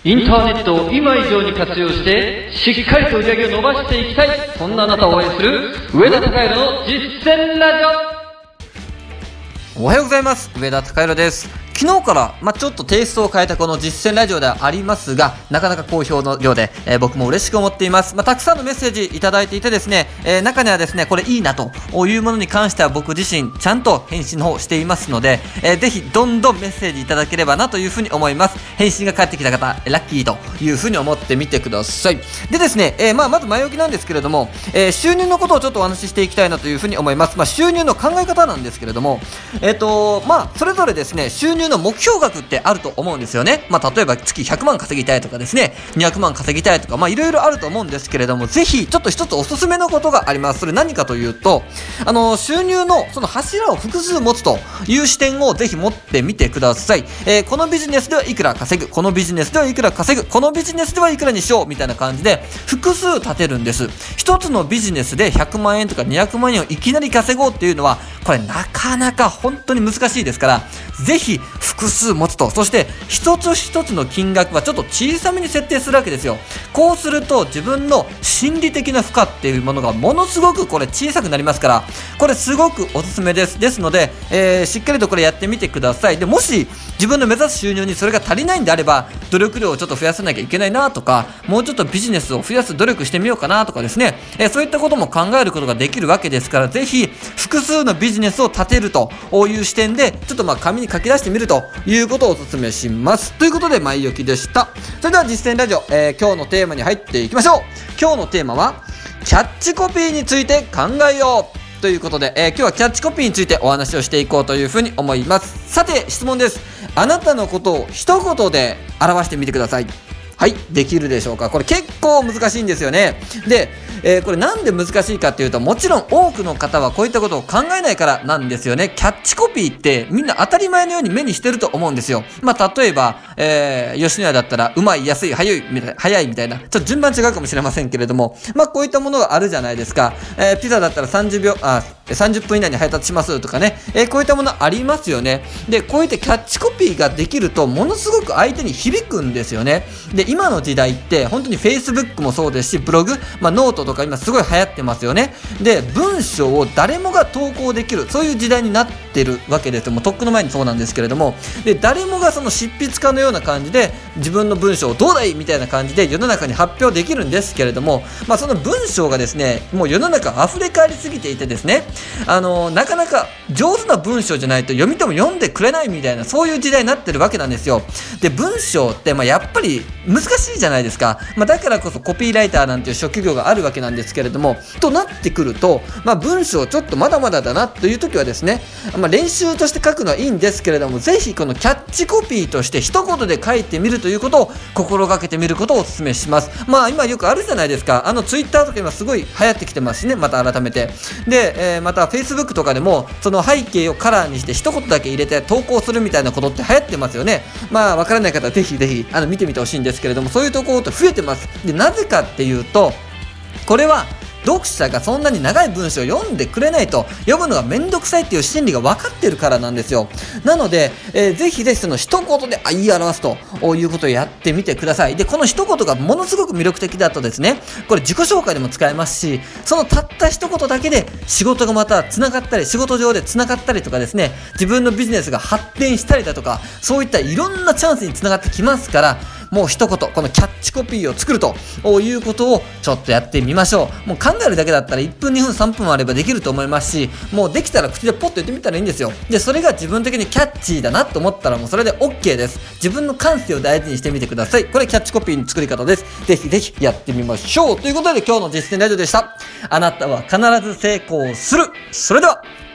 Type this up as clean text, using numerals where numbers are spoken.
インターネットを今以上に活用してしっかりと売り上げを伸ばしていきたい、そんなあなたを応援する上田貴弘の実践ラジオ。おはようございます。上田貴弘です。昨日からちょっとテイストを変えたこの実践ラジオではありますが、なかなか好評のようで、僕も嬉しく思っています。たくさんのメッセージいただいていてですね、中にはですね、これいいなというものに関しては僕自身ちゃんと返信の方していますので、ぜひどんどんメッセージいただければなというふうに思います。返信が返ってきた方、ラッキーというふうに思ってみてください。でですね、まず前置きなんですけれども、収入のことをちょっとお話ししていきたいなというふうに思います。収入の考え方なんですけれども、それぞれですね、収入の目標額ってあると思うんですよね。例えば月100万稼ぎたいとかですね、200万稼ぎたいとか、いろいろあると思うんですけれども、ぜひちょっと一つおすすめのことがあります。それ何かというと、収入のその柱を複数持つという視点をぜひ持ってみてください。このビジネスではいくら稼ぐ、このビジネスではいくら稼ぐ、このビジネスではいくらにしようみたいな感じで複数立てるんです。一つのビジネスで100万円とか200万円をいきなり稼ごうっていうのは、これなかなか本当に難しいですから、ぜひ複数持つと、そして一つ一つの金額はちょっと小さめに設定するわけですよ。こうすると自分の心理的な負荷っていうものがものすごくこれ小さくなりますから、これすごくおすすめです。ですので、しっかりとこれやってみてください。でもし自分の目指す収入にそれが足りないんであれば、努力量をちょっと増やさなきゃいけないなとか、もうちょっとビジネスを増やす努力してみようかなとかですね、そういったことも考えることができるわけですから、ぜひ複数のビジネスを立てるという視点でちょっと紙に書き出してみるということをお勧めします。ということで前置きでした。それでは実践ラジオ、今日のテーマに入っていきましょう。今日のテーマはキャッチコピーについて考えようということで、今日はキャッチコピーについてお話をしていこうというふうに思います。さて質問です。あなたのことを一言で表してみてください。はい、できるでしょうか。これ結構難しいんですよね。で、これなんで難しいかっていうと、もちろん多くの方はこういったことを考えないからなんですよね。キャッチコピーってみんな当たり前のように目にしてると思うんですよ。例えば、吉野家だったらうまい、安い、早いみたいな、ちょっと順番違うかもしれませんけれども、こういったものがあるじゃないですか。ピザだったら30分以内に配達しますとかね、こういったものありますよね。で、こういったキャッチコピーができるとものすごく相手に響くんですよね。で、今の時代って本当に Facebook もそうですし、ブログ、ノートとか今すごい流行ってますよね。で、文章を誰もが投稿できる、そういう時代になってるわけです。もうとっくの前にそうなんですけれども、で、誰もがその執筆家のような感じで自分の文章をどうだいみたいな感じで世の中に発表できるんですけれども、その文章がですね、もう世の中溢れ返りすぎていてですね、なかなか上手な文章じゃないと読み手も読んでくれないみたいな、そういう時代になってるわけなんですよ。で、文章ってやっぱり難しいじゃないですか。だからこそコピーライターなんていう職業があるわけなんですけれども、となってくると、文章ちょっとまだまだだなという時はですね、練習として書くのはいいんですけれども、ぜひこのキャッチコピーとして一言で書いてみるということを心がけてみることをお勧めします。今よくあるじゃないですか。ツイッターとか今すごい流行ってきてますしね、また改めて。で、また Facebook とかでもその背景をカラーにして一言だけ入れて投稿するみたいなことって流行ってますよね。わからない方はぜひ見てみてほしいんですけれども、そういうところって増えてます。で、なぜかっていうと、これは読者がそんなに長い文章を読んでくれないと、読むのがめんどくさいっていう心理が分かってるからなんですよ。なので、ぜひその一言で言い表すということをやってみてください。で、この一言がものすごく魅力的だとですね、これ自己紹介でも使えますし、そのたった一言だけで仕事がまたつながったり、仕事上でつながったりとかですね、自分のビジネスが発展したりだとか、そういったいろんなチャンスにつながってきますから、もう一言このキャッチコピーを作るということをちょっとやってみましょう。もう考えるだけだったら1分2分3分あればできると思いますし、もうできたら口でポッと言ってみたらいいんですよ。で、それが自分的にキャッチーだなと思ったらもうそれで OK です。自分の感性を大事にしてみてください。これキャッチコピーの作り方です。ぜひぜひやってみましょう。ということで今日の実践ラジオでした。あなたは必ず成功する。それでは。